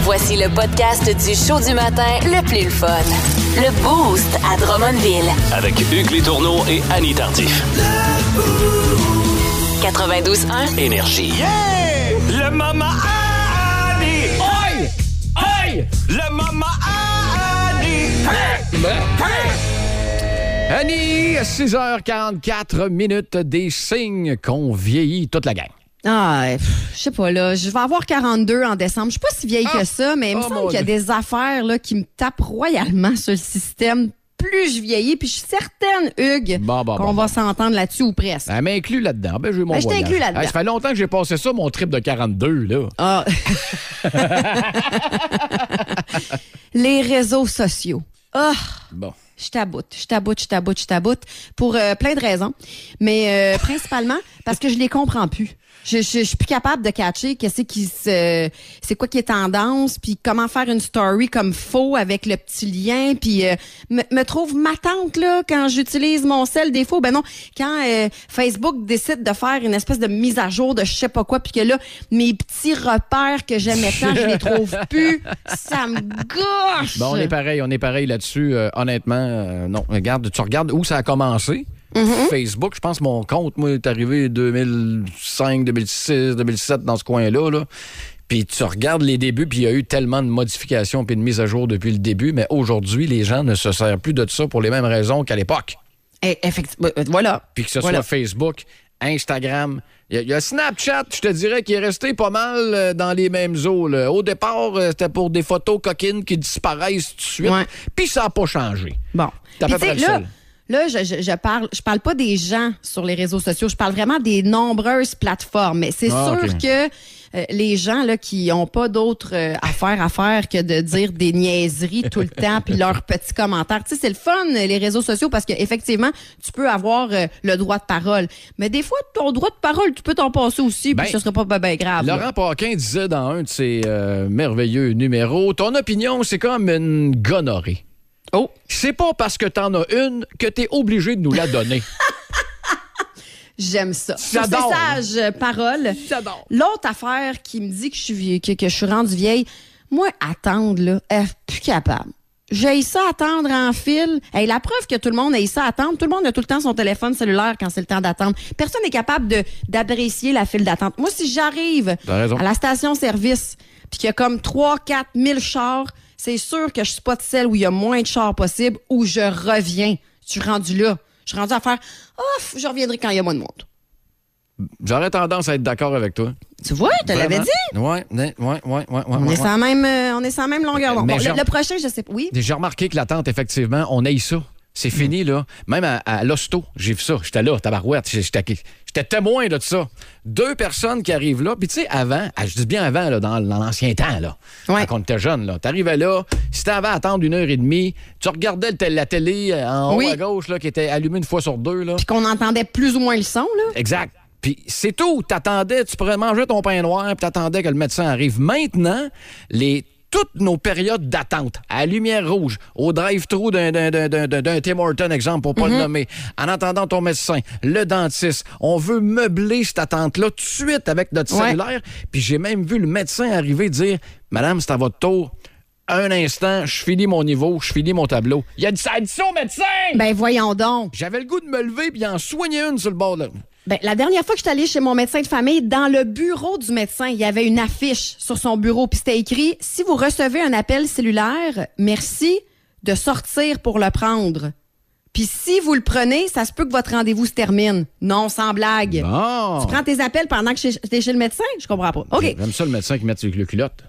Voici le podcast du show du matin le plus fun. Le Boost à Drummondville. Avec Hugues Létourneau et Annie Tardif. 92.1 Énergie. Yeah! Le Mama Annie! Aïe! Aïe! Le Mama Annie! Hey! Hey! Annie, 6h44 minutes, des signes qu'on vieillit toute la gang. Je sais pas, là. Je vais avoir 42 en décembre. Je suis pas si vieille que ça, mais il me semble qu'il y a des affaires là, qui me tapent royalement sur le système. Plus je vieillis, puis je suis certaine, Hugues, qu'on va s'entendre là-dessus ou presque. Elle m'inclut là-dedans. Ben, j'ai eu mon je voyage. t'inclus là-dedans. Ça fait longtemps que j'ai passé ça, mon trip de 42, là. Ah. Les réseaux sociaux. Bon. Je t'aboute. Pour plein de raisons. Mais principalement parce que je les comprends plus. Je suis plus capable de catcher c'est quoi qui est tendance, puis comment faire une story comme faux avec le petit lien, puis me trouve matante là quand j'utilise mon cell des fois. Ben non, quand Facebook décide de faire une espèce de mise à jour de je sais pas quoi, puis que là mes petits repères que j'aimais tant, je les trouve plus, ça me gâche. Bon, on est pareil là-dessus. Honnêtement, non. Regarde, tu regardes où ça a commencé. Facebook, je pense mon compte, moi, est arrivé 2005, 2006, 2007, dans ce coin-là. Là. Puis tu regardes les débuts, puis il y a eu tellement de modifications puis de mises à jour depuis le début, mais aujourd'hui, les gens ne se servent plus de ça pour les mêmes raisons qu'à l'époque. Effectivement, voilà. Puis que ce soit Facebook, Instagram, il y a Snapchat, je te dirais, qui est resté pas mal dans les mêmes eaux. Là. Au départ, c'était pour des photos coquines qui disparaissent tout de suite, puis ça n'a pas changé. Bon. T'as à peu près le seul. Là, je parle pas des gens sur les réseaux sociaux, je parle vraiment des nombreuses plateformes. Mais c'est sûr que les gens là qui ont pas d'autres affaires à faire que de dire des niaiseries tout le temps puis leurs petits commentaires. Tu sais, c'est le fun les réseaux sociaux parce que effectivement, tu peux avoir le droit de parole. Mais des fois, ton droit de parole, tu peux t'en passer aussi puis ce serait pas bien grave. Laurent Paquin disait dans un de ses merveilleux numéros, ton opinion, c'est comme une gonorrhée. Oh. C'est pas parce que t'en as une que t'es obligé de nous la donner. J'aime ça. J'adore. C'est sage parole. J'adore. L'autre affaire qui me dit que je suis rendue vieille, moi, attendre, là, plus capable. J'ai ça attendre en fil. Hey, la preuve que tout le monde a ça attendre, tout le monde a tout le temps son téléphone cellulaire quand c'est le temps d'attendre. Personne n'est capable d'apprécier la file d'attente. Moi, si j'arrive à la station-service puis qu'il y a comme 3-4 000 chars, c'est sûr que je suis pas de celle où il y a moins de chars possible, où je reviens. Je suis rendu là. Je suis rendu à faire je reviendrai quand il y a moins de monde. J'aurais tendance à être d'accord avec toi. Tu vois, je te l'avais dit. Ouais. On est sur la même longueur d'onde. Bon, le prochain, je sais pas. Oui. J'ai remarqué que l'attente, effectivement, on haït ça. C'est fini, là. Même à l'hosto, j'ai vu ça. J'étais là, tabarouette. J'étais témoin de ça. 2 personnes qui arrivent là. Puis, tu sais, avant, je dis bien avant, là, dans l'ancien temps, là, quand on était jeune, là, t'arrivais là, si t'avais à attendre 1h30, tu regardais la télé en haut à gauche, là, qui était allumée une fois sur 2, là. Puis qu'on entendait plus ou moins le son, là. Exact. Puis c'est tout. T'attendais, tu pourrais manger ton pain noir, puis t'attendais que le médecin arrive. Maintenant, toutes nos périodes d'attente, à la lumière rouge, au drive-thru d'un Tim Hortons, exemple, pour pas le nommer, en attendant ton médecin, le dentiste, on veut meubler cette attente-là tout de suite avec notre cellulaire. Puis j'ai même vu le médecin arriver dire « Madame, c'est à votre tour. Un instant, je finis mon niveau, je finis mon tableau. » Ça a dit ça au médecin! Ben voyons donc. J'avais le goût de me lever puis en soigner une sur le bord là. Ben, la dernière fois que je suis allée chez mon médecin de famille, dans le bureau du médecin, il y avait une affiche sur son bureau, puis c'était écrit « Si vous recevez un appel cellulaire, merci de sortir pour le prendre. Puis si vous le prenez, ça se peut que votre rendez-vous se termine. Non, sans blague. Bon. Tu prends tes appels pendant que t'es chez le médecin? Je comprends pas. OK. J'aime ça, le médecin qui met le culotte.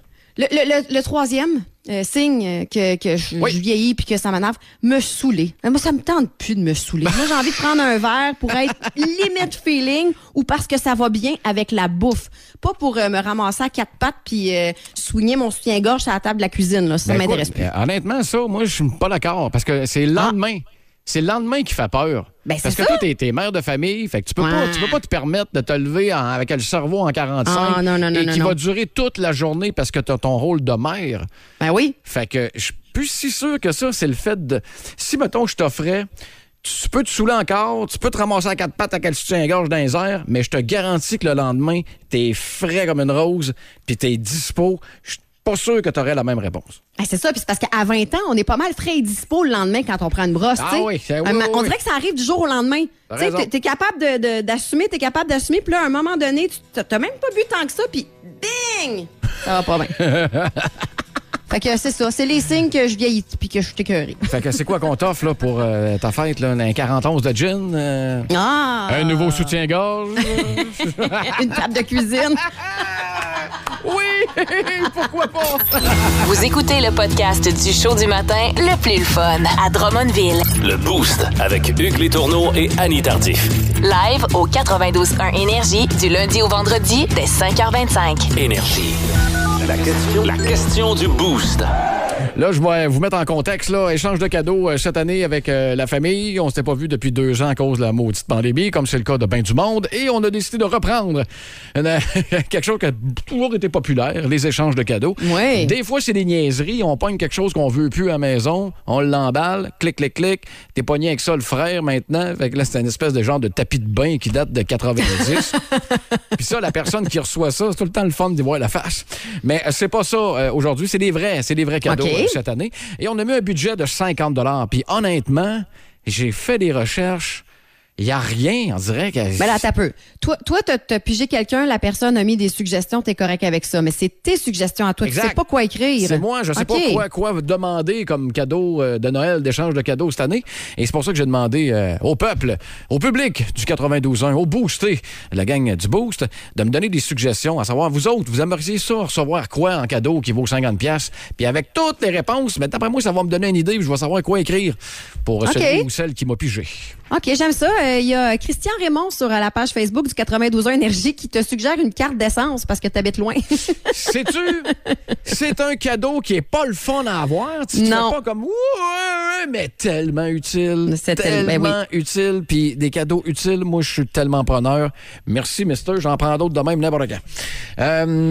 Le troisième signe que je vieillis puis que ça m'énerve, me saouler. Moi, ça me tente plus de me saouler. Moi, j'ai envie de prendre un verre pour être limite feeling ou parce que ça va bien avec la bouffe. Pas pour me ramasser à 4 pattes puis soigner mon soutien-gorge à la table de la cuisine. Là. Ça m'intéresse plus. Honnêtement, ça, moi, je suis pas d'accord parce que c'est le lendemain. C'est le lendemain qui fait peur. Ben, parce que toi, t'es mère de famille, fait que tu peux pas te permettre de te lever avec le cerveau en 45 qui va durer toute la journée parce que t'as ton rôle de mère. Ben oui. Fait que je suis plus si sûr que ça, c'est le fait de... Si, mettons, je t'offrais... Tu peux te saouler encore, tu peux te ramasser à 4 pattes à quel soutien-gorge dans les airs, mais je te garantis que le lendemain, t'es frais comme une rose, puis t'es dispo. Je suis pas sûr que tu aurais la même réponse. Ah, c'est ça, puis c'est parce qu'à 20 ans, on est pas mal frais et dispo le lendemain quand on prend une brosse. Ah tu sais. oui, On dirait que ça arrive du jour au lendemain. T'as Tu sais, raison. t'es capable d'assumer, puis là, à un moment donné, tu t'as même pas bu tant que ça, puis bing! Ça va pas bien. Fait que c'est ça, c'est les signes que je vieillis puis que je suis écœurée. Fait que c'est quoi qu'on t'offre là, pour ta fête, là, un 41 de gin? Un nouveau soutien-gorge? Une table de cuisine. Oui! Pourquoi pas? Vous écoutez le podcast du show du matin le plus fun à Drummondville. Le Boost avec Hugues Létourneau et Annie Tardif. Live au 92.1 Énergie du lundi au vendredi dès 5h25. Énergie. La question du Boost. Là, je vais vous mettre en contexte. Là, échange de cadeaux cette année avec la famille. On s'était pas vu depuis 2 ans à cause de la maudite pandémie, comme c'est le cas de bien du monde. Et on a décidé de reprendre quelque chose qui a toujours été populaire, les échanges de cadeaux. Oui. Des fois, c'est des niaiseries. On pogne quelque chose qu'on veut plus à la maison. On l'emballe. Clic, clic, clic. T'es pogné avec ça, le frère, maintenant. Fait que là, c'est une espèce de genre de tapis de bain qui date de 90. Puis ça, la personne qui reçoit ça, c'est tout le temps le fun d'y voir la face. Mais c'est pas ça aujourd'hui. C'est des vrais cadeaux. OK. Cette année. Et on a mis un budget de 50 $. Puis honnêtement, j'ai fait des recherches. Il n'y a rien, on dirait que... Mais là, t'as peu. Toi, t'as pigé quelqu'un, la personne a mis des suggestions, t'es correct avec ça. Mais c'est tes suggestions à toi. Exact. Tu sais pas quoi écrire. C'est moi, je sais OK. pas quoi vous demander comme cadeau de Noël, d'échange de cadeaux cette année. Et c'est pour ça que j'ai demandé au peuple, au public du 92.1, au boosté, la gang du Boost, de me donner des suggestions, à savoir, vous autres, vous aimeriez ça recevoir quoi en cadeau qui vaut 50$? Puis avec toutes les réponses, mais d'après moi, ça va me donner une idée, puis je vais savoir quoi écrire pour OK. celui ou celle qui m'a pigé. OK, j'aime ça. Il y a Christian Raymond sur la page Facebook du 92.1 Énergie qui te suggère une carte d'essence parce que t'habites loin. Sais-tu, c'est un cadeau qui est pas le fun à avoir. Tu te fais Non. pas comme ouais, mais tellement utile. C'est tellement utile. Puis des cadeaux utiles, moi, je suis tellement preneur. Merci, mister. J'en prends d'autres de même n'importe quand.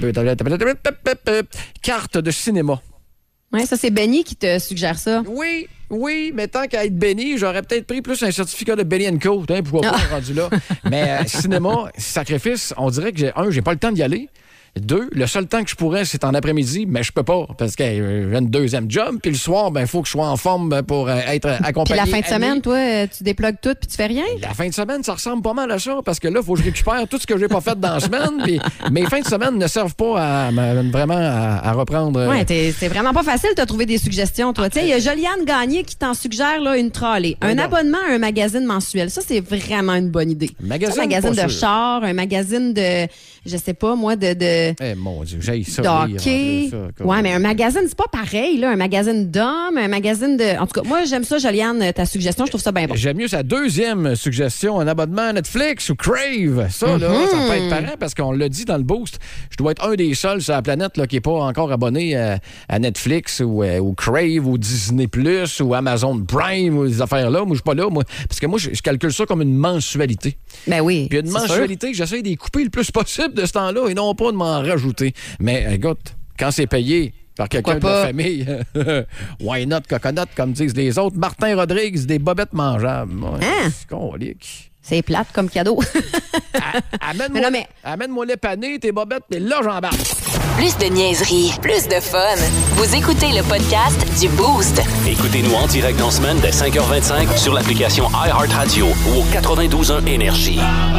Carte de cinéma. Oui, ça, c'est Benny qui te suggère ça. Oui, mais tant qu'à être béni, j'aurais peut-être pris plus un certificat de Benny & Co. Pourquoi pas, rendu là. Mais cinéma, sacrifice, on dirait que j'ai pas le temps d'y aller. 2, le seul temps que je pourrais, c'est en après-midi, mais je peux pas parce que j'ai une deuxième job. Puis le soir, il faut que je sois en forme pour être accompagné. Puis la fin de ami. semaine, toi, tu déplugues tout puis tu fais rien? La fin de semaine, ça ressemble pas mal à ça parce que là, il faut que je récupère tout ce que j'ai pas fait dans la semaine. Puis mes fins de semaine ne servent pas vraiment à reprendre. Oui, c'est vraiment pas facile de trouver des suggestions, toi. Tu sais, il y a Joliane Gagné qui t'en suggère là, une trolley. Un non. abonnement à un magazine mensuel. Ça, c'est vraiment une bonne idée. Magazine, Un magazine pas de sûr. char, un magazine de, je sais pas, moi, de Eh mon Dieu, j'ai ça. de lire, hockey. en plus, ça, comme- Ouais, mais un magazine, c'est pas pareil, là. Un magazine d'hommes, un magazine de. En tout cas, moi, j'aime ça, Joliane, ta suggestion. Je trouve ça bien bon. J'aime mieux sa deuxième suggestion, un abonnement à Netflix ou Crave. Ça, là, ça peut être parent parce qu'on l'a dit dans le Boost. Je dois être un des seuls sur la planète là, qui n'est pas encore abonné à Netflix ou Crave ou Disney Plus ou Amazon Prime ou ces affaires-là. Moi, je suis pas là, moi. Parce que moi, je calcule ça comme une mensualité. Ben oui. Puis une c'est sûr. mensualité, j'essaie d'y couper le plus possible de ce temps-là et non pas de m'en rajouter. Mais écoute, quand c'est payé par quelqu'un de Pourquoi la pas? famille, why not coconut, comme disent les autres. Martin Rodrigues, des bobettes mangeables. Ouais, Hein? c'est colique. C'est plate comme cadeau. Amène-moi Mais non, mais- amène-moi les panés, tes bobettes, puis là, j'embarque. Plus de niaiserie, plus de fun. Vous écoutez le podcast du Boost. Écoutez-nous en direct en semaine dès 5h25 sur l'application iHeartRadio ou au 92.1 Énergie.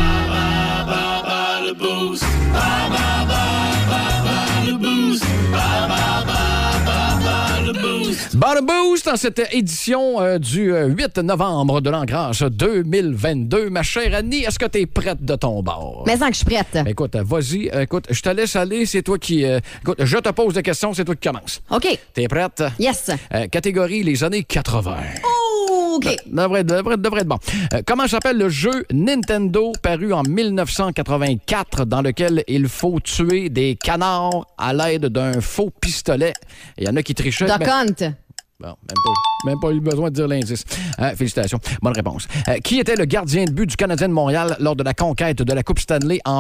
Bon, le Boost, dans cette édition du 8 novembre de l'an grâce 2022. Ma chère Annie, est-ce que tu es prête de ton bord? Mais sans que je suis prête. Écoute, vas-y. Écoute, je te laisse aller. C'est toi qui... écoute, je te pose des questions. C'est toi qui commence. OK. T'es prête? Yes. Catégorie les années 80. OK. Devrait être bon. Comment s'appelle le jeu Nintendo paru en 1984 dans lequel il faut tuer des canards à l'aide d'un faux pistolet? Il y en a qui trichaient. Duck mais- Hunt. Bon, même pas eu besoin de dire l'indice. Félicitations. Bonne réponse. Qui était le gardien de but du Canadien de Montréal lors de la conquête de la Coupe Stanley en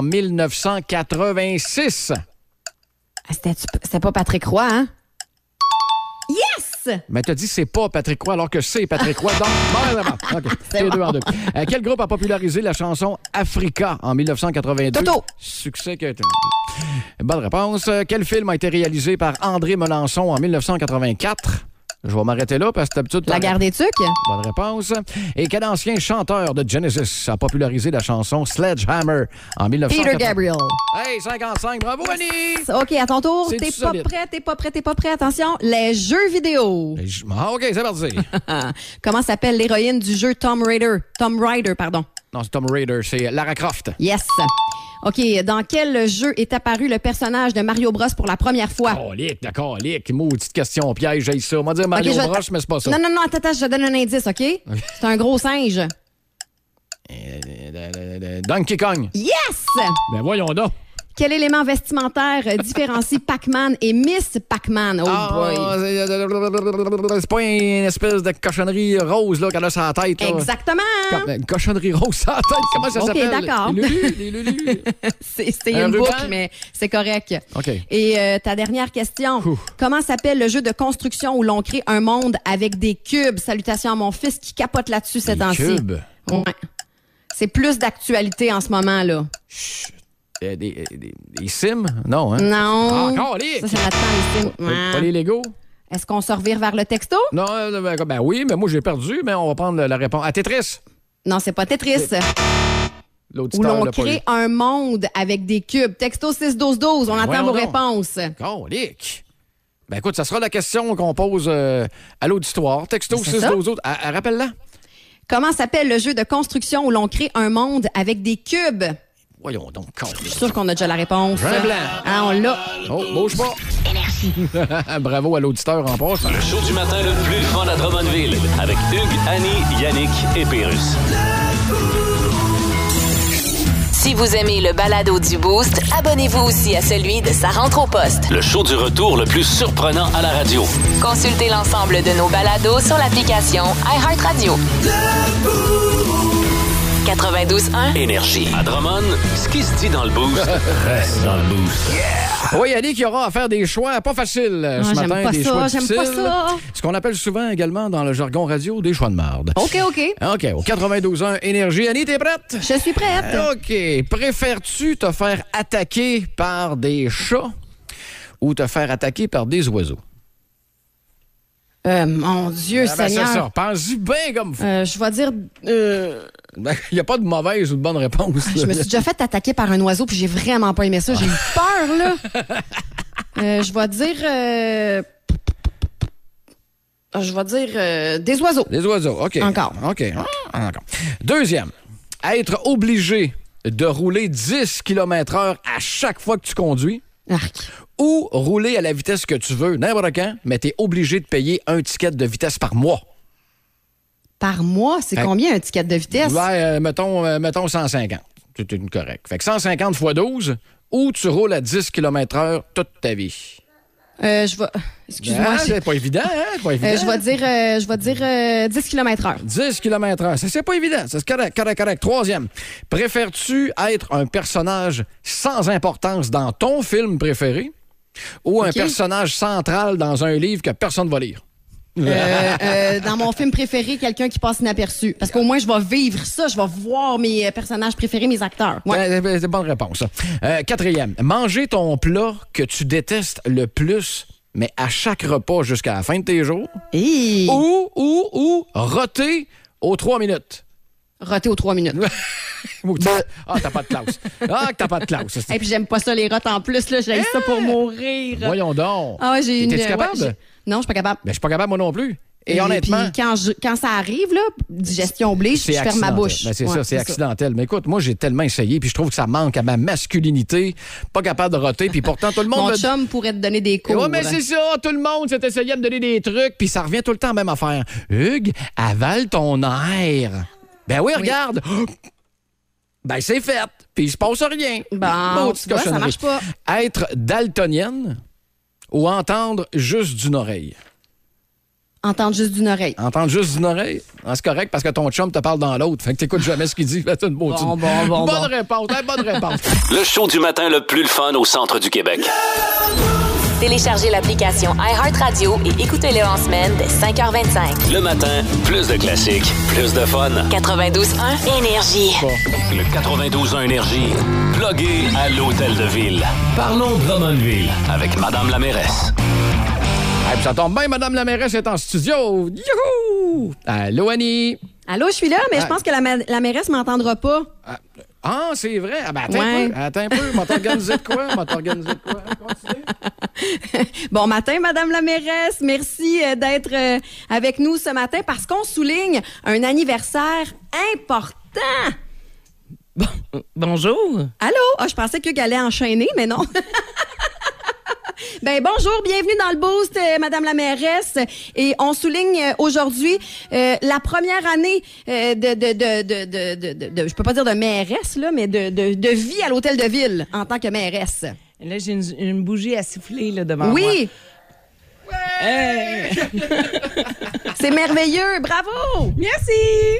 1986? C'était pas Patrick Roy, hein? Yes! Mais t'as dit c'est pas Patrick Roy alors que c'est Patrick Roy. Donc, bon, OK. C'est C'est bon. 2 en 2. Quel groupe a popularisé la chanson Africa en 1982? Toto. Succès que... Bonne réponse. Quel film a été réalisé par André Melançon en 1984? Je vais m'arrêter là parce que d'habitude... La guerre des tucs? Bonne réponse. Et quel ancien chanteur de Genesis a popularisé la chanson Sledgehammer en 1980? Peter Gabriel. Hey, 55. Bravo, Annie! OK, à ton tour. C'est T'es du pas solide. prêt, t'es pas prêt, t'es pas prêt. Attention, les jeux vidéo. OK, c'est parti. Comment s'appelle l'héroïne du jeu Tomb Raider? Tomb Raider, pardon. Non, c'est Tomb Raider. C'est Lara Croft. Yes. OK, dans quel jeu est apparu le personnage de Mario Bros pour la première fois? Colique, d'accord, lique. Maudite question piège, j'ai ça. On va dire Mario OK, Bros, mais c'est pas ça. Non, attends, je te donne un indice, OK? C'est un gros singe. Donkey Kong. Yes! Ben voyons donc. Quel élément vestimentaire différencie Pac-Man et Miss Pac-Man? Oh boy. C'est pas une espèce de cochonnerie rose là, qu'elle a sur la tête. Là. Exactement. Une cochonnerie rose sur la tête. Comment ça s'appelle? OK, d'accord. Les Lulus. C'est Un une ruban? boucle, mais c'est correct. OK. Et ta dernière question. Comment s'appelle le jeu de construction où l'on crée un monde avec des cubes? Salutations à mon fils qui capote là-dessus ces temps-ci. Cubes? Ouais. C'est plus d'actualité en ce moment, là. Des Sims? Non, hein? Non. Ah, encore les. Ça, c'est maintenant les Sims. Pas les Lego? Est-ce qu'on se revire vers le texto? Non, ben oui, mais moi j'ai perdu, mais on va prendre la réponse. À Tetris? Non, c'est pas Tetris. Où L'auditeur l'on l'a pas eu. crée un monde avec des cubes. Texto 6-12-12. On attend Voyons vos donc. réponses. Colique. Ben écoute, ça sera la question qu'on pose à l'auditoire. Texto C'est ça. 6-12-12. Rappelle-la. Comment s'appelle le jeu de construction où l'on crée un monde avec des cubes? Voyons donc, Je suis sûre qu'on a déjà la réponse. Jean Blanc. Ah, on l'a. Oh, bouge pas. Bravo à l'auditeur en passant. Le show du matin le plus fun à Drummondville avec Hugues, Annie, Yannick et Pérus. Si vous aimez le balado du Boost, abonnez-vous aussi à celui de Sa rentre au poste. Le show du retour le plus surprenant à la radio. Consultez l'ensemble de nos balados sur l'application iHeartRadio. 92.1 Énergie. À Drummond, ce qui se dit dans le boost reste dans le boost. Oui, Yannick, il y aura à faire des choix pas faciles ce j'aime matin. pas Des ça, choix j'aime difficiles. pas ça. Ce qu'on appelle souvent également dans le jargon radio des choix de marde. OK. OK, au 92.1 Énergie. Annie, t'es prête? Je suis prête. OK. Préfères-tu te faire attaquer par des chats ou te faire attaquer par des oiseaux? Mon Dieu, Ah ben, Seigneur. c'est ça. Pense-y bien comme... Je vais dire... Il n'y a pas de mauvaise ou de bonne réponse. Je me suis déjà fait attaquer par un oiseau puis j'ai vraiment pas aimé ça. J'ai eu peur, là. Je vais dire... Je vais dire des oiseaux. Des oiseaux, OK. Encore. OK. Encore. Deuxième, être obligé de rouler 10 km/h à chaque fois que tu conduis Arc. ou rouler à la vitesse que tu veux, n'importe quand, mais tu es obligé de payer un ticket de vitesse par mois. Par mois, c'est combien un ticket de vitesse? Ouais, mettons 150. C'est une correcte. Fait que 150 x 12, ou tu roules à 10 km/h toute ta vie. Je vais... Excuse-moi. C'est pas évident, hein? C'est pas évident. Je vais dire 10 km/h. 10 km/h. C'est pas évident. C'est correct. Troisième. Préfères-tu être un personnage sans importance dans ton film préféré ou un personnage central dans un livre que personne ne va lire? Dans mon film préféré, quelqu'un qui passe inaperçu. Parce qu'au moins, je vais vivre ça. Je vais voir mes personnages préférés, mes acteurs. Ouais. C'est bonne réponse. Quatrième. Manger ton plat que tu détestes le plus, mais à chaque repas jusqu'à la fin de tes jours. Hey. Ou roter aux 3 minutes. Roter aux 3 minutes. T'as pas de classe. T'as pas de classe. Et puis j'aime pas ça, les rottes en plus. Là, j'ai ça pour mourir. Voyons donc. Ah ouais, j'ai une... T'es-tu capable? Non, je suis pas capable. Ben, je suis pas capable, moi non plus. Et honnêtement... Puis quand ça arrive, là, digestion oblige, je ferme ma bouche. Ben, c'est ça, c'est accidentel. Mais écoute, moi, j'ai tellement essayé, puis je trouve que ça manque à ma masculinité. Pas capable de roter, puis pourtant, tout le monde... Mon chum pourrait te donner des cours. Ouais, mais c'est ça, tout le monde s'est essayé à me donner des trucs, puis ça revient tout le temps à la même affaire. Hugues, avale ton air. Ben oui, regarde. Ben, c'est fait. Puis il se passe rien. Bon, tu vois, ça marche pas. Être daltonienne ou entendre juste d'une oreille? Entendre juste d'une oreille. Entendre juste d'une oreille? Ah, c'est correct parce que ton chum te parle dans l'autre. Fait que t'écoutes jamais ce qu'il dit. C'est une bonne Bon. réponse. Bonne réponse. Le show du matin le plus le fun au centre du Québec. Téléchargez l'application iHeartRadio et écoutez-le en semaine dès 5h25. Le matin, plus de classiques, plus de fun. 92.1 Énergie. Le 92.1 Énergie. Plugué à l'Hôtel de Ville. Parlons Drummondville avec Madame la mairesse. Hey, ça tombe bien, Madame la mairesse est en studio. Youhou! Allô, Annie? Allô, je suis là, mais je pense que la mairesse m'entendra pas. Ah, c'est vrai. Ah, ben, Ouais. attends un peu. M'a t'organisé de quoi? Continue. Bon matin, Madame la mairesse. Merci d'être avec nous ce matin parce qu'on souligne un anniversaire important. Bonjour. Allô? Ah, je pensais que Hugues allait enchaîner, mais non. Ben bonjour, bienvenue dans le Boost, Madame la mairesse. Et on souligne aujourd'hui la première année je peux pas dire de mairesse là, mais de vie à l'Hôtel de Ville en tant que mairesse. Là, j'ai une bougie à siffler là, devant moi. Oui. Ouais! Hey! C'est merveilleux, bravo. Merci.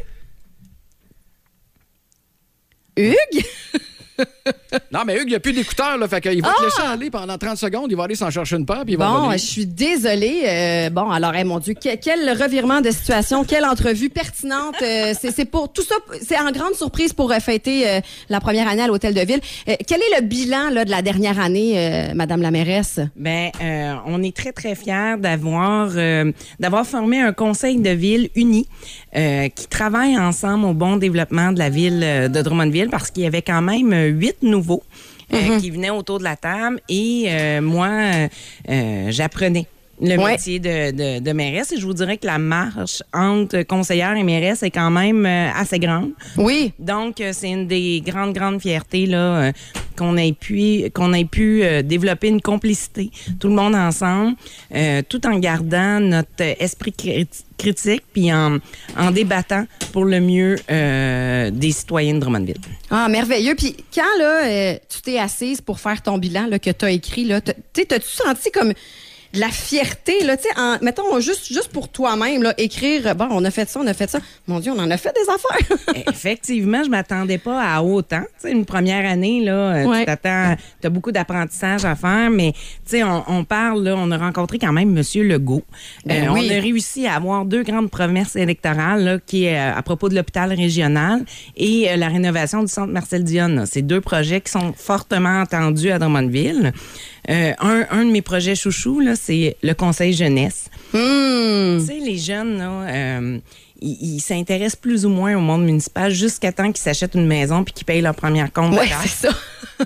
Hugues? Non, mais Hugues, il n'y a plus d'écouteurs, là. Fait qu'il va te laisser aller pendant 30 secondes. Il va aller s'en chercher une paire, puis il va Bon, revenir. je suis désolée. Bon, alors, mon Dieu, quel revirement de situation, quelle entrevue pertinente. C'est pour tout ça, c'est en grande surprise pour fêter la première année à l'Hôtel de Ville. Quel est le bilan là, de la dernière année, Madame la mairesse? Ben, on est très, très fiers d'avoir formé un conseil de ville uni qui travaille ensemble au bon développement de la ville de Drummondville parce qu'il y avait quand même 8 nouveaux qui venaient autour de la table et moi, j'apprenais le métier de mairesse et je vous dirais que la marche entre conseillère et mairesse est quand même assez grande. Oui. Donc, c'est une des grandes fiertés là qu'on ait pu développer une complicité, tout le monde ensemble, tout en gardant notre esprit critique puis en débattant pour le mieux des citoyens de Drummondville. Ah, merveilleux. Puis quand là, tu t'es assise pour faire ton bilan là, que tu as écrit, là, t'as-tu senti comme de la fierté, là, tu sais, mettons, juste pour toi-même, là, écrire, bon, on a fait ça. Mon Dieu, on en a fait des affaires. Effectivement, je m'attendais pas à autant. Tu sais, une première année, là, tu t'as beaucoup d'apprentissage à faire, mais, tu sais, on parle, là, on a rencontré quand même M. Legault. Oui. On a réussi à avoir 2 grandes promesses électorales, là, qui est à propos de l'hôpital régional et la rénovation du centre Marcel Dionne. Là. C'est 2 projets qui sont fortement entendus à Drummondville. Un de mes projets chouchous, là, c'est le conseil jeunesse. Tu sais, les jeunes, là, ils s'intéressent plus ou moins au monde municipal jusqu'à temps qu'ils s'achètent une maison puis qu'ils payent leur première compte de Oui, taxes. c'est ça.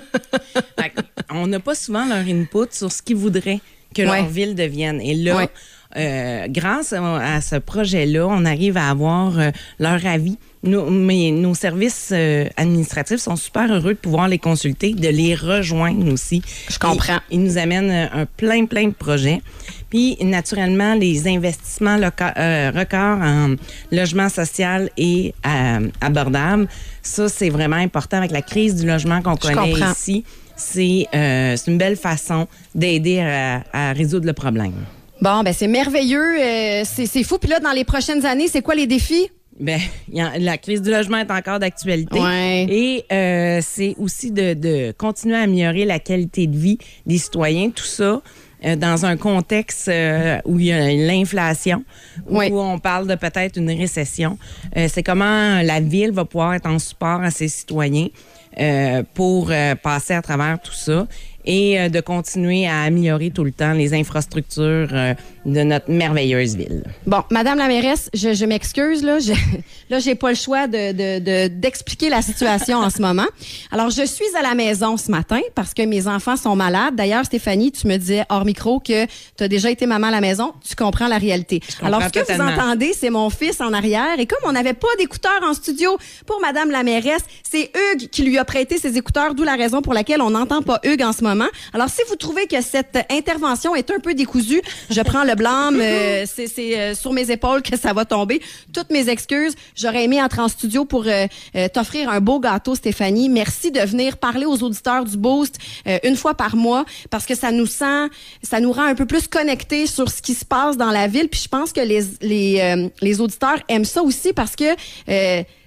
On n'a pas souvent leur input sur ce qu'ils voudraient que leur ville devienne. Et là, grâce à ce projet-là, on arrive à avoir leur avis. Nos services administratifs sont super heureux de pouvoir les consulter, de les rejoindre aussi. Je comprends. Ils nous amènent un plein de projets. Puis, naturellement, les investissements records en logement social et abordable, ça, c'est vraiment important avec la crise du logement qu'on connaît ici. C'est une belle façon d'aider à résoudre le problème. Bon, ben c'est merveilleux. C'est fou. Puis là, dans les prochaines années, c'est quoi les défis? Ben, la crise du logement est encore d'actualité. Ouais. Et c'est aussi de continuer à améliorer la qualité de vie des citoyens. Tout ça dans un contexte où il y a l'inflation, où on parle de peut-être une récession. C'est comment la ville va pouvoir être en support à ses citoyens pour passer à travers tout ça. Et de continuer à améliorer tout le temps les infrastructures de notre merveilleuse ville. Bon, Madame la mairesse, je m'excuse, là. Là, j'ai pas le choix d'expliquer la situation en ce moment. Alors, je suis à la maison ce matin parce que mes enfants sont malades. D'ailleurs, Stéphanie, tu me disais hors micro que tu as déjà été maman à la maison. Tu comprends la réalité. Alors, ce que vous entendez, c'est mon fils en arrière. Et comme on n'avait pas d'écouteurs en studio pour Madame la mairesse, c'est Hugues qui lui a prêté ses écouteurs, d'où la raison pour laquelle on n'entend pas Hugues en ce moment. Alors, si vous trouvez que cette intervention est un peu décousue, je prends le blâme. C'est sur mes épaules que ça va tomber. Toutes mes excuses. J'aurais aimé entrer en studio pour t'offrir un beau gâteau, Stéphanie. Merci de venir parler aux auditeurs du Boost une fois par mois parce que ça nous rend un peu plus connectés sur ce qui se passe dans la ville. Puis je pense que les auditeurs aiment ça aussi parce que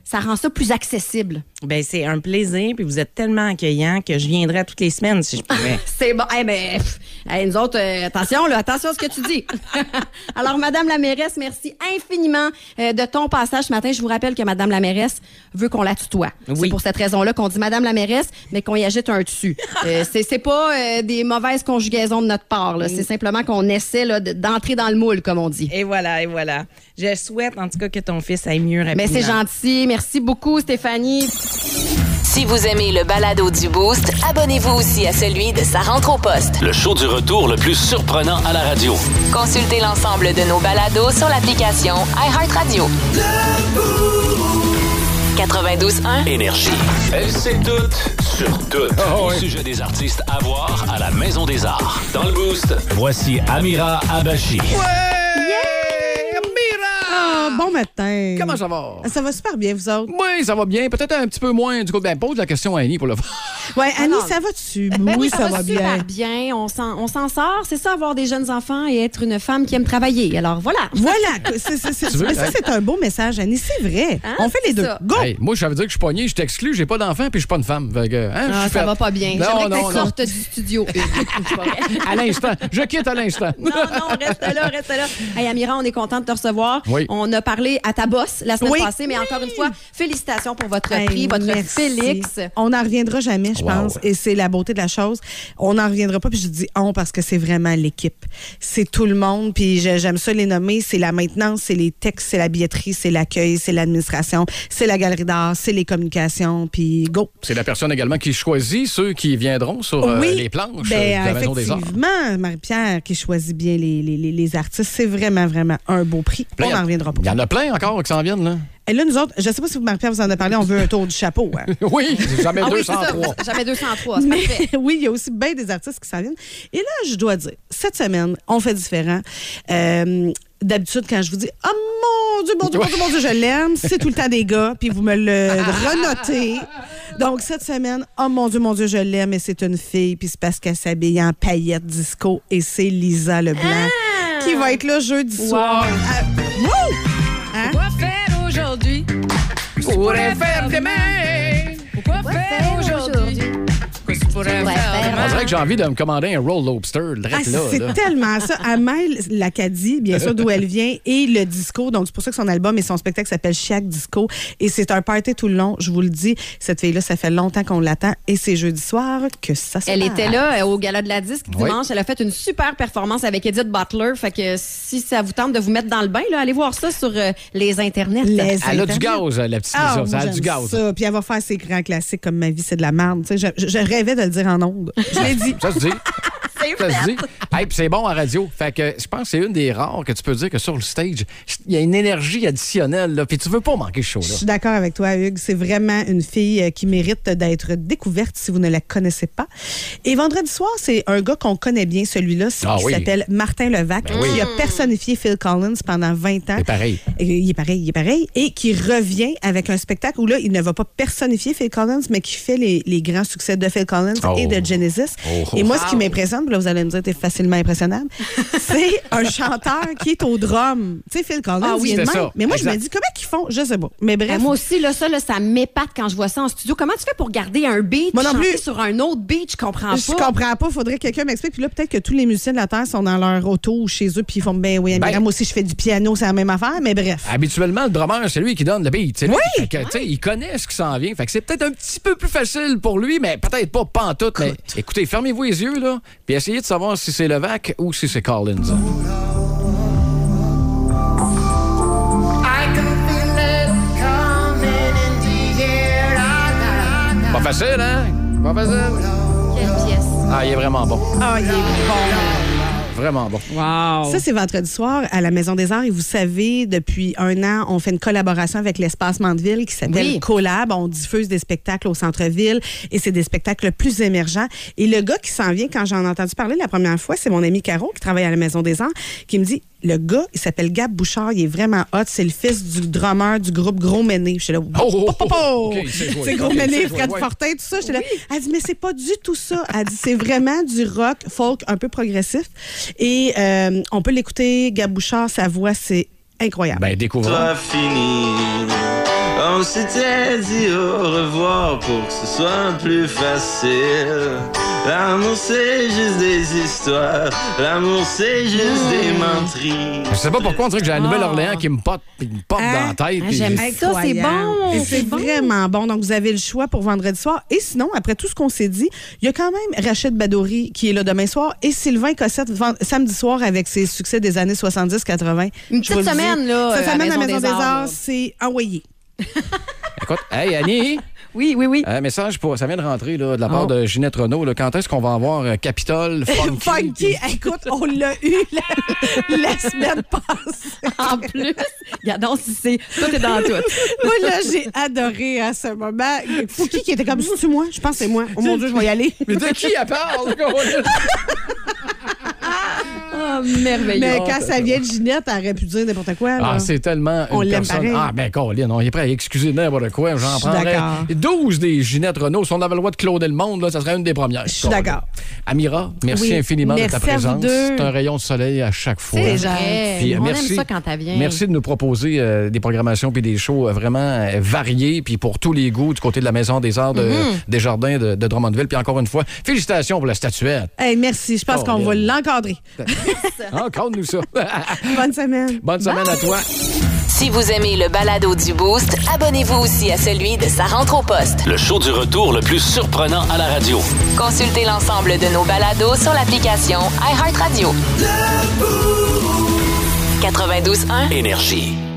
ça rend ça plus accessible. Ben, c'est un plaisir, puis vous êtes tellement accueillants que je viendrai toutes les semaines si je pouvais. C'est bon. Nous autres, attention à ce que tu dis. Alors, Madame la mairesse, merci infiniment de ton passage ce matin. Je vous rappelle que Madame la mairesse veut qu'on la tutoie. Oui. C'est pour cette raison-là qu'on dit Madame la mairesse, mais qu'on y agite un dessus. C'est pas des mauvaises conjugaisons de notre part. Là. C'est simplement qu'on essaie là, d'entrer dans le moule, comme on dit. Et voilà. Je souhaite, en tout cas, que ton fils aille mieux rapidement. Mais c'est gentil. Merci beaucoup, Stéphanie. Si vous aimez le balado du Boost, abonnez-vous aussi à celui de Sa rentre au poste. Le show du retour le plus surprenant à la radio. Consultez l'ensemble de nos balados sur l'application iHeartRadio. 92.1 Énergie. Elle sait tout sur tout. Au sujet des artistes à voir à la Maison des Arts. Dans le Boost, voici Amira Abachi. Bon matin. Comment ça va? Ça va super bien, vous autres? Oui, ça va bien. Peut-être un petit peu moins du coup. Ben, pose la question à Annie pour le voir. Oui, Annie, ça va-tu? Oui, ça va super bien. On s'en sort. C'est ça, avoir des jeunes enfants et être une femme qui aime travailler. Alors, voilà. Voilà. C'est un beau message, Annie. C'est vrai. Hein? On fait les deux. Ça. Go! Hey, moi, ça veut dire que je suis pogné, je t'exclus, j'ai pas d'enfant puis je suis pas une femme. Fait que, Ça va pas bien. J'aimerais que tu non. sortes du studio. À l'instant. Je quitte à l'instant. Non, reste là. Hey, Amira, on est content de te recevoir. Oui. On a parlé à ta boss la semaine passée, mais encore une fois, félicitations pour votre prix, votre merci. Félix. On n'en reviendra jamais, je pense, et c'est la beauté de la chose. On n'en reviendra pas, puis je dis on parce que c'est vraiment l'équipe. C'est tout le monde, puis j'aime ça les nommer. C'est la maintenance, c'est les textes, c'est la billetterie, c'est l'accueil, c'est l'administration, c'est la galerie d'art, c'est les communications, puis go. C'est la personne également qui choisit ceux qui viendront sur les planches de la Maison des Arts. Effectivement, Marie-Pierre qui choisit bien les artistes. C'est vraiment, vraiment un beau prix. On n'en reviendra pas. Il y en a plein encore qui s'en viennent, là. Et là, nous autres, je ne sais pas si Marie-Pierre vous en a parlé, on veut un tour du chapeau. Hein? Oui, jamais 203. Jamais 203, c'est parfait. Oui, il y a aussi bien des artistes qui s'en viennent. Et là, je dois dire, cette semaine, on fait différent. D'habitude, quand je vous dis « Oh mon Dieu, je l'aime », c'est tout le temps des gars, puis vous me le renotez. Donc, cette semaine, « Oh mon Dieu, je l'aime », et c'est une fille, puis c'est parce qu'elle s'habille en paillettes disco, et c'est Lisa Leblanc qui va être là jeudi soir. Hein? Quoi faire aujourd'hui? Pourrait faire demain. Quoi faire aujourd'hui? Qu'est-ce que pourrais faire? On dirait que j'ai envie de me commander un roll lobster. C'est tellement ça. Elle mêle l'Acadie, bien sûr, d'où elle vient, et le disco. Donc, c'est pour ça que son album et son spectacle s'appelle Chiac Disco. Et c'est un party tout le long. Je vous le dis, cette fille-là, ça fait longtemps qu'on l'attend. Et c'est jeudi soir que ça se passe. Elle était là au Gala de la Disque dimanche. Elle a fait une super performance avec Edith Butler. Fait que si ça vous tente de vous mettre dans le bain, là, allez voir ça sur les internets. Elle a du gaz, la petite Lisa. Elle a du gaz. Ça. Puis elle va faire ses grands classiques comme Ma vie, c'est de la merde. Je rêvais de le dire en ondes. Je l'ai dit. Ça se dit. Ça se dit. Hey, puis c'est bon en radio. Fait que je pense que c'est une des rares que tu peux dire que sur le stage, il y a une énergie additionnelle. Là, puis tu veux pas manquer ce show-là. Je suis d'accord avec toi, Hugues. C'est vraiment une fille qui mérite d'être découverte si vous ne la connaissez pas. Et vendredi soir, c'est un gars qu'on connaît bien, celui-là, qui s'appelle Martin Levac, qui a personnifié Phil Collins pendant 20 ans. Il est pareil. Et qui revient avec un spectacle où là, il ne va pas personnifier Phil Collins, mais qui fait les grands succès de Phil Collins et de Genesis. Et moi, ce qui m'impressionne, là, vous allez me dire, t'es facilement impressionnable, c'est un chanteur qui est au drum. Tu sais, Phil Collins, il est de même. Mais moi, je me dis, comment ils font? Je sais pas. Mais bref. Moi aussi, là, ça m'épate quand je vois ça en studio. Comment tu fais pour garder un beat et chanter sur un autre beat? Je comprends pas. Je comprends pas. Faudrait que quelqu'un m'explique. Puis là, peut-être que tous les musiciens de la Terre sont dans leur auto ou chez eux, puis ils font, moi aussi, je fais du piano, c'est la même affaire, mais bref. Habituellement, le drummer, c'est lui qui donne le beat. C'est lui. Oui! Il connaît ce qui s'en vient. Fait que c'est peut-être un petit peu plus facile pour lui, mais peut-être pas pantoute. Mais écoutez, fermez-vous les yeux, là, puis essayez de savoir si c'est Levac ou si c'est Collins. Pas facile, hein? Pas facile. Quelle pièce. Ah, il est vraiment bon. Ah, il est bon. Vraiment bon. Wow. Ça, c'est vendredi soir à la Maison des Arts. Et vous savez, depuis 1 an, on fait une collaboration avec l'Espace Mandeville qui s'appelle Collab. On diffuse des spectacles au centre-ville et c'est des spectacles plus émergents. Et le gars qui s'en vient, quand j'en ai entendu parler la première fois, c'est mon ami Caro qui travaille à la Maison des Arts, qui me dit, le gars, il s'appelle Gab Bouchard, il est vraiment hot. C'est le fils du drummer du groupe Gros Méné. Je suis là, Okay, c'est Gros Méné, Fred Fortin, tout ça. J'étais là, elle dit, mais c'est pas du tout ça. Elle dit, c'est vraiment du rock, folk, un peu progressif. Et on peut l'écouter, Gab Bouchard, sa voix, c'est incroyable. Ben, découvrons. Ça finit On s'était dit au revoir pour que ce soit plus facile. L'amour c'est juste des histoires, l'amour c'est juste des menteries. Je sais pas pourquoi on dirait que j'ai la Nouvelle-Orléans qui me porte dans la tête. J'aime ça, c'est bon. C'est vraiment bon. Donc, vous avez le choix pour vendredi soir. Et sinon, après tout ce qu'on s'est dit, il y a quand même Rachid Badouri qui est là demain soir et Sylvain Cossette samedi soir avec ses succès des années 70-80. Une petite semaine, là. Cette semaine à la Maison des Arts, c'est envoyé. Écoute, hey, Annie. Oui. Message ça vient de rentrer là, de la part de Ginette Renault. Là. Quand est-ce qu'on va avoir Capitole, Funky? Funky, écoute, on l'a eu la semaine passée. En plus, regardons si c'est... Tout est dans tout. Moi, là, j'ai adoré à ce moment. Fouki qui était comme, c'est-tu moi? Je pense que c'est moi. Oh mon Dieu, je vais y aller. Mais de qui elle parle? Oh, merveilleux. Mais quand ça vient de Ginette, elle aurait pu dire n'importe quoi. Là. Ah, c'est tellement on une l'aime personne... pareil. Ah, ben Colin, on est prêt à excuser n'importe quoi. J'en prendrais 12 des Ginette Renault. Si on avait le droit de cloner le monde, là, ça serait une des premières. Je suis d'accord. Amira, merci infiniment de ta présence. C'est un rayon de soleil à chaque fois. C'est vrai. Puis, on merci, aime ça quand tu viens. Merci de nous proposer des programmations puis des shows vraiment variés puis pour tous les goûts du côté de la Maison des Arts des Jardins de Drummondville. Puis encore une fois, félicitations pour la statuette. Hey, merci. Je pense qu'on va l'encadrer. Encadre-nous ça. Bonne semaine. Bonne semaine à toi. Si vous aimez le balado du Boost, abonnez-vous aussi à celui de Sa rentre au poste. Le show du retour le plus surprenant à la radio. Consultez l'ensemble de nos balados sur l'application iHeartRadio. 92.1 Énergie.